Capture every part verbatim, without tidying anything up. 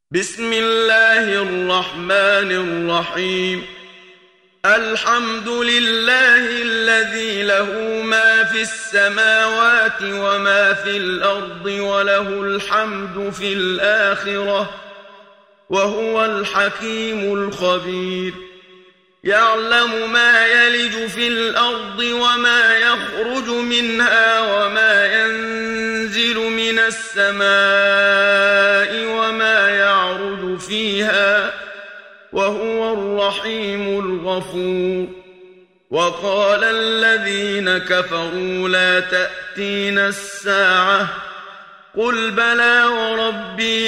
بسم الله الرحمن الرحيم. الحمد لله الذي له ما في السماوات وما في الأرض وله الحمد في الآخرة وهو الحكيم الخبير. يعلم ما يلج في الأرض وما يخرج منها وما ينزل من السماء وما يعرج فيها وهو الرحيم الغفور. وقال الذين كفروا لا تأتينا الساعة قل بلى وربي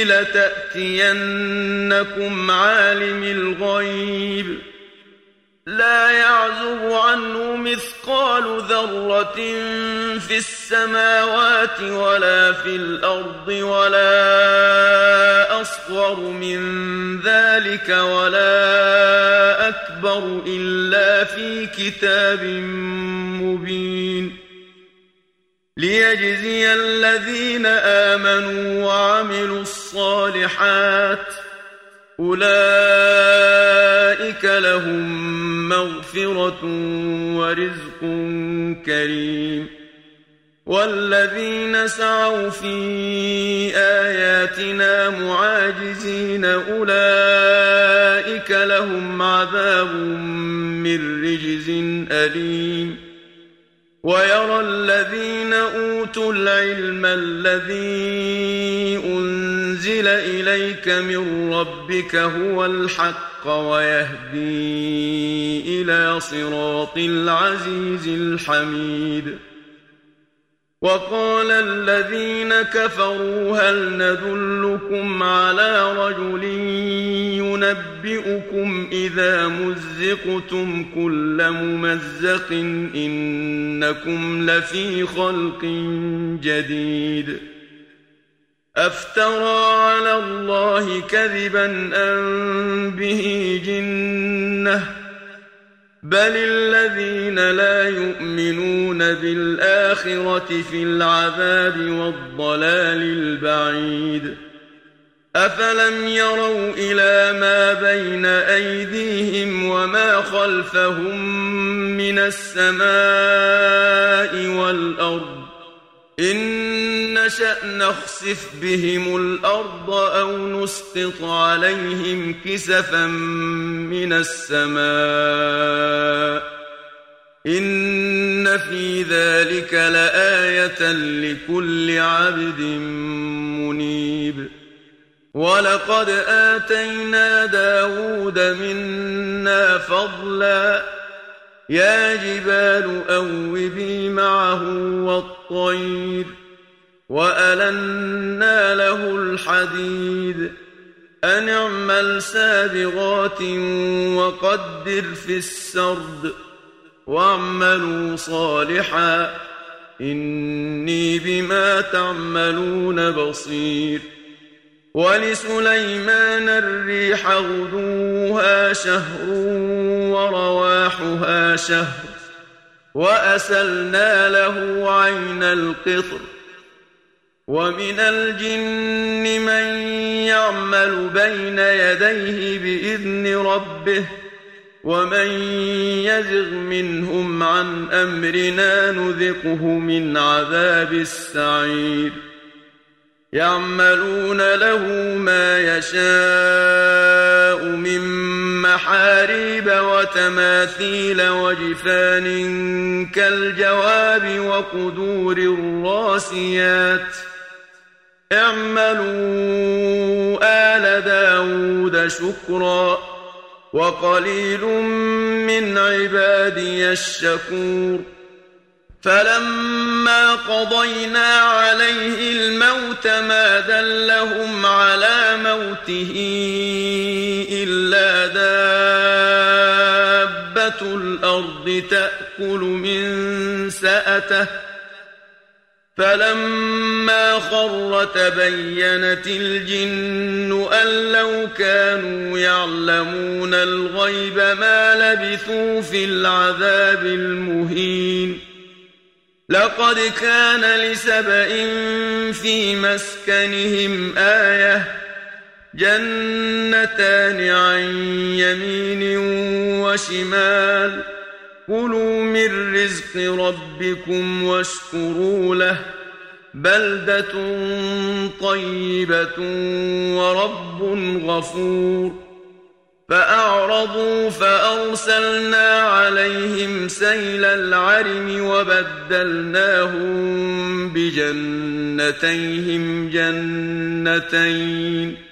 لتأتينكم عالم الغيب لا يعزب عنه مثقال ذرة في السماوات ولا في الأرض ولا أصغر من ذلك ولا أكبر إلا في كتاب مبين. ليجزي الذين آمنوا وعملوا الصالحات أولئك لهم مغفرة ورزق كريم. والذين سعوا في آياتنا معاجزين أولئك لهم عذاب من رجز أليم. ويرى الذين أوتوا العلم الذي أنزل إليك من ربك هو الحق ويهدي إلى صراط العزيز الحميد. وقال الذين كفروا هل ندلكم على رجل ينبئكم إذا مزقتم كل ممزق إنكم لفي خلق جديد. أفترى على الله كذبا أم به جنة بل الذين لا يؤمنون بالآخرة في العذاب والضلال البعيد. أفلم يروا إلى ما بين أيديهم وما خلفهم من السماء والأرض إن نشأ نخسف بهم الأرض أو نسقط عليهم كسفا من السماء إن في ذلك لآية لكل عبد منيب. ولقد آتينا داود منا فضلا يا جبال أوبي معه والطير وألنا له الحديد أن اعمل سابغات وقدر في السرد واعملوا صالحا إني بما تعملون بصير. ولسليمان الريح غدوها شهر ورواحها شهر وأسلنا له عين القطر. ومن الجن من يعمل بين يديه بإذن ربه ومن يزغ منهم عن أمرنا نذقه من عذاب السعير. يعملون له ما يشاء من محاريب وتماثيل وجفان كالجواب وقدور الراسيات اعملوا آل داود شكرا وقليل من عبادي الشكور. فلما قضينا عليه الموت ما دلهم على موته إلا دابة الأرض تأكل من سأته فلما خر تبينت الجن أن لو كانوا يعلمون الغيب ما لبثوا في العذاب المهين. لقد كان لسبإ في مسكنهم آية جنتان عن يمين وشمال كلوا من رزق ربكم واشكروا له بلدة طيبة ورب غفور فأعرضوا فأرسلنا عليهم سيل العرم وبدلناهم بجنتيهم جنتين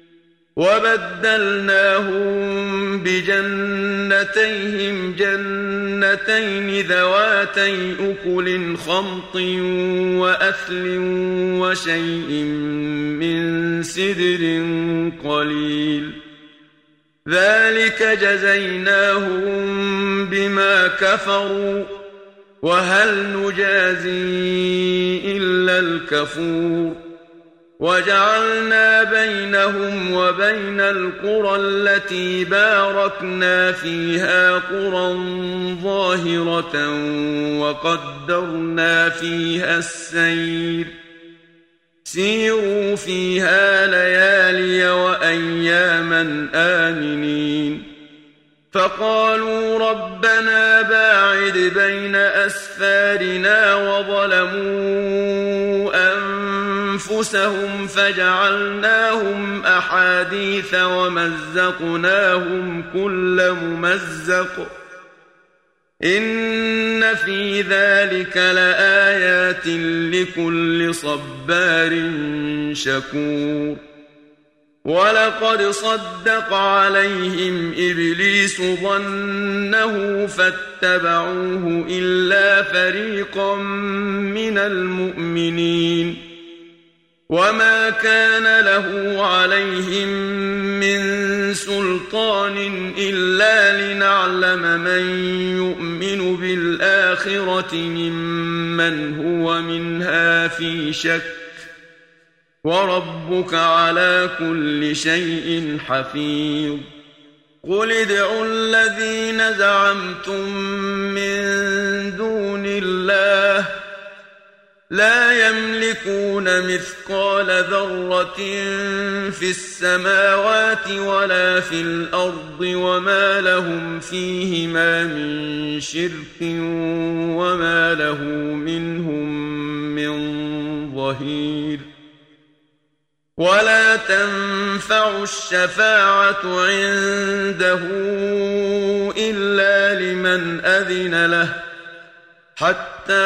وبدلناهم بجنتيهم جنتين ذواتي أكل خمط وأثل وشيء من سدر قليل ذلك جزيناهم بما كفروا وهل نجازي إلا الكفور وجعلنا بينهم وبين القرى التي باركنا فيها قرى ظاهرة وقدرنا فيها السير سيروا فيها ليالي وأياما آمنين فقالوا ربنا باعد بين أسفارنا وظلموا أنفسهم فجعلناهم أحاديث ومزقناهم كل ممزق إن في ذلك لآيات لكل صبار شكور ولقد صدق عليهم إبليس ظنه فاتبعوه إلا فريقا من المؤمنين وما كان له عليهم من سلطان إلا لنعلم من يؤمن بالآخرة ممن هو منها في شك وربك على كل شيء حفيظ قل ادعوا الذين زعمتم من دون الله لا يملكون مثقال ذرة في السماوات ولا في الأرض وما لهم فيهما من شرك وما له منهم من ظهير ولا تنفع الشفاعة عنده إلا لمن أذن له حتى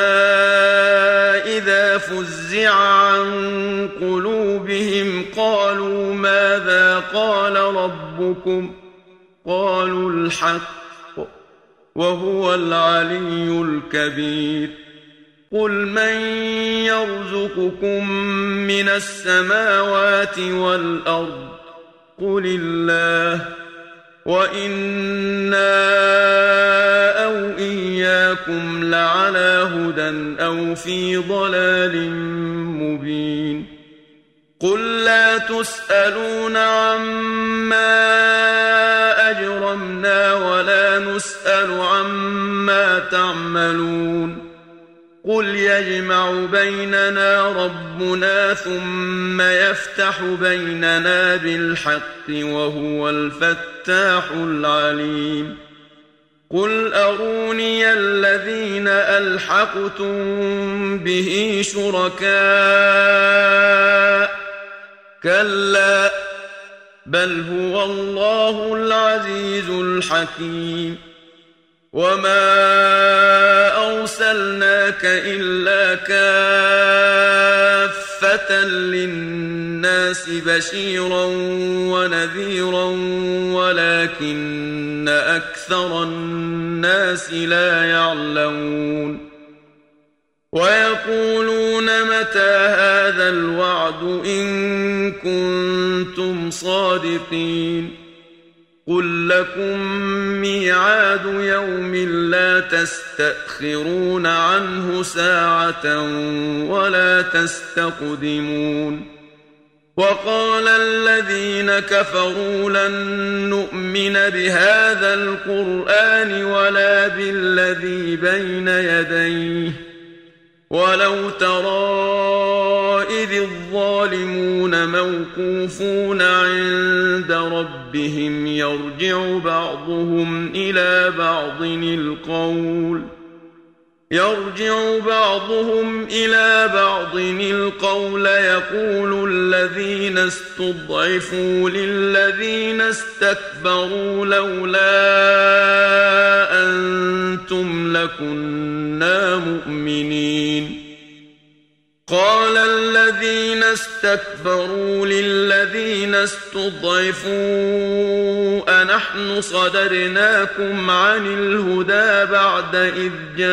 إذا فزع عن قلوبهم قالوا ماذا قال ربكم قالوا الحق وهو العلي الكبير قل من يرزقكم من السماوات والأرض قل الله وإنا أو إياكم لعلى هدى أو في ضلال مبين قل لا تسألون عما أجرمنا ولا نسأل عما تعملون قل يجمع بيننا ربنا ثم يفتح بيننا بالحق وهو الفتاح العليم قل أروني الذين ألحقتم به شركاء كلا بل هو الله العزيز الحكيم وما أرسلناك إلا كافة للناس بشيرا ونذيرا ولكن أكثر الناس لا يعلمون ويقولون متى هذا الوعد إن كنتم صادقين قل لكم ميعاد يوم لا تستأخرون عنه ساعة ولا تستقدمون وقال الذين كفروا لن نؤمن بهذا القرآن ولا بالذي بين يديه ولو ترى إذ الظالمون موقوفون عند ربهم يرجع بعضهم إلى بعض القول يرجع بعضهم إلى بعض القول يقول الذين استضعفوا للذين استكبروا لولا أنتم لكنا مؤمنين قال الذين استكبروا للذين استضعفوا أنحن صدرناكم عن الهدى بعد إذ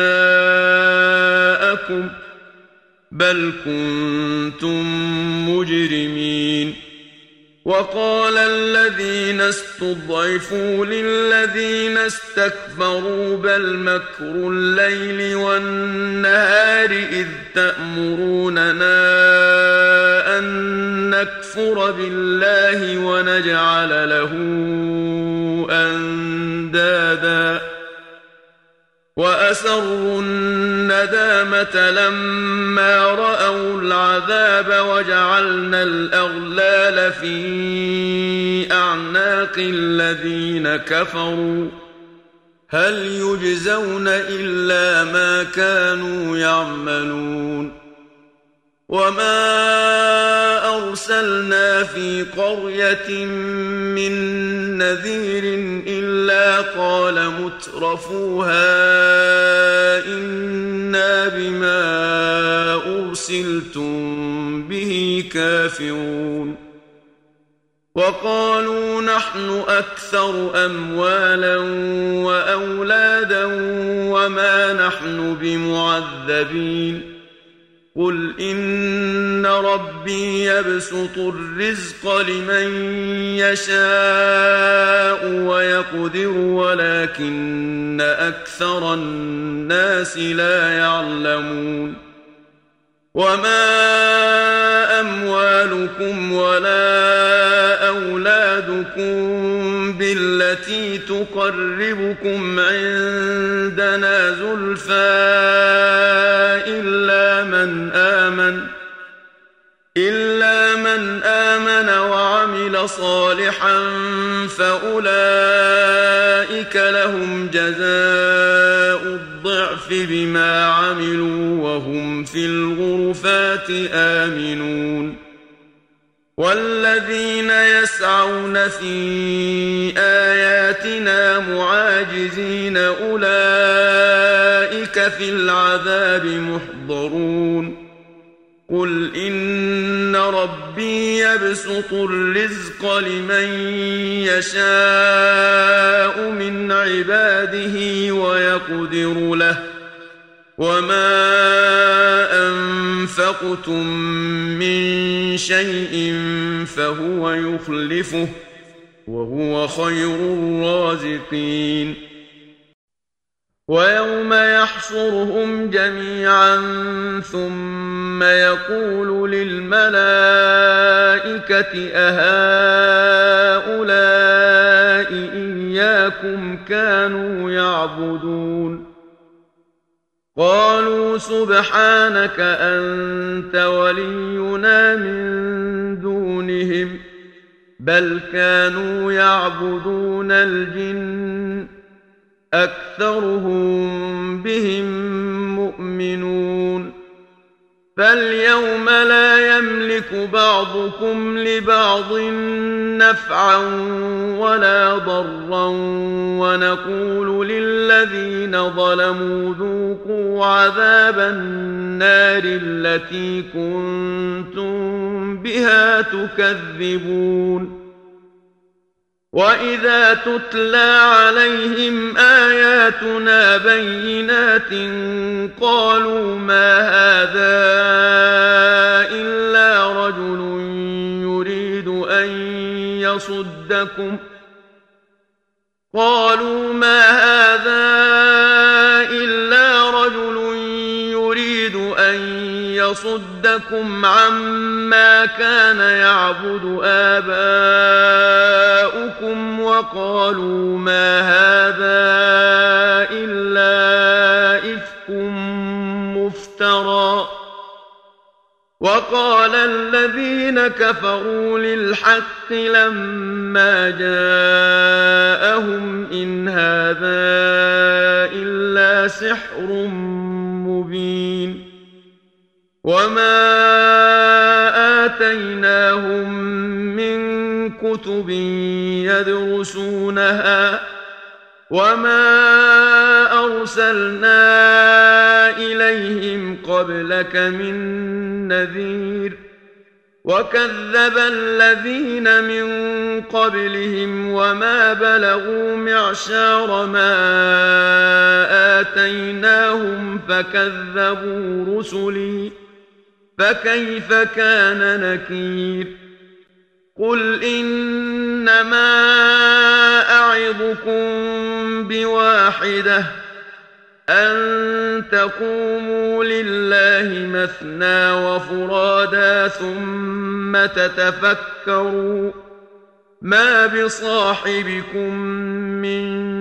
جاءكم بل كنتم مجرمين وقال الذين استضعفوا للذين استكبروا بل مكر الليل والنهار إذ تأمروننا أن نكفر بالله ونجعل له أندادا وأسروا الندامة لما رأوا العذاب وجعلنا الأغلال في أعناق الذين كفروا هل يجزون إلا ما كانوا يعملون وما أرسلنا في قرية من نذير إلا قال مترفوها إنا بما أرسلتم به كافرون وقالوا نحن أكثر أموالا وأولادا وما نحن بمعذبين قل إن ربي يبسط الرزق لمن يشاء ويقدر ولكن أكثر الناس لا يعلمون وما أموالكم ولا أولادكم بالتي تقربكم عندنا زلفى إلا من آمن إلا من آمن وعمل صالحا فأولئك لهم جزاء الضعف بما عملوا وهم في الغرفات آمنون والذين يسعون في آياتنا معاجزين أولئك في العذاب محضرون قل إن ربي يبسط الرزق لمن يشاء من عباده ويقدر له وما أنفقتم من شيء فهو يخلفه وهو خير الرازقين ويوم يحشرهم جميعا ثم يقول للملائكة أهؤلاء إياكم كانوا يعبدون قالوا سبحانك أنت ولينا من دونهم بل كانوا يعبدون الجن أكثرهم بهم مؤمنون فاليوم لا يملك بعضكم لبعض نفعا ولا ضرا ونقول للذين ظلموا ذوقوا عذاب النار التي كنتم بها تكذبون وإذا تتلى عليهم آياتنا بينات قالوا ما هذا إلا رجل يريد أن يصدكم قالوا ما هذا إلا رجل يريد أن يصدكم عما كان يعبد آباؤكم وقالوا ما هذا إلا إفك مفتر مفترى. وقال الذين كفروا للحق لما جاءهم إن هذا إلا سحر مبين. وما آتيناهم من كتب يدرسونها وما أرسلنا إليهم قبلك من نذير. وكذب الذين من قبلهم وما بلغوا معشار ما آتيناهم فكذبوا رسلي فكيف كان نكير. قل إنما أعظكم بواحدة أن تقوموا لله مثنى وفرادا ثم تتفكروا ما بصاحبكم من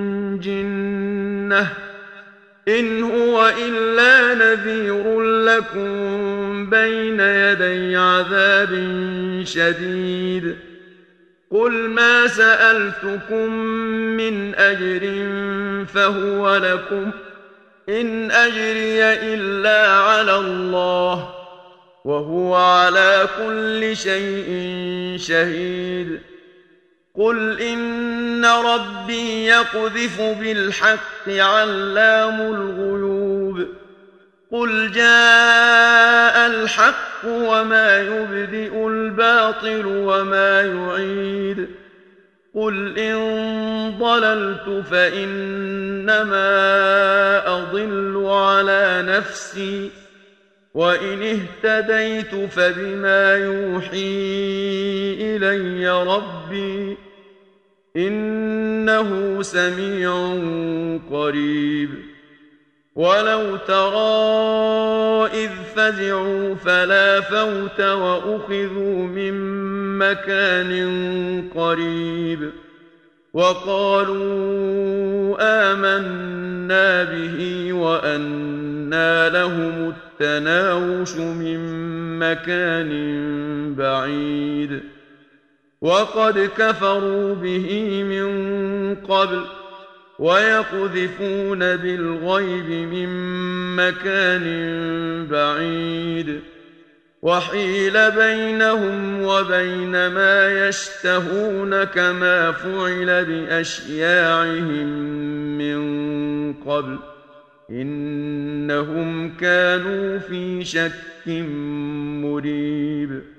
جنة إن هو إلا نذير لكم بين يدي عذاب شديد. قل ما سألتكم من أجر فهو لكم إن أجري إلا على الله وهو على كل شيء شهيد. قل إن ربي يقذف بالحق علام الغيوب. قل جاء الحق وما يبدئ الباطل وما يعيد. قل إن ضللت فإنما أضل على نفسي وإن اهتديت فبما يوحي إلي ربي إنه سميع قريب. ولو ترى إذ فزعوا فلا فوت وأخذوا من مكان قريب وقالوا آمنا به وأنى لهم التناوش من مكان بعيد. وقد كفروا به من قبل ويقذفون بالغيب من مكان بعيد. وحيل بينهم وبين ما يشتهون كما فعل بأشياعهم من قبل إنهم كانوا في شك مريب.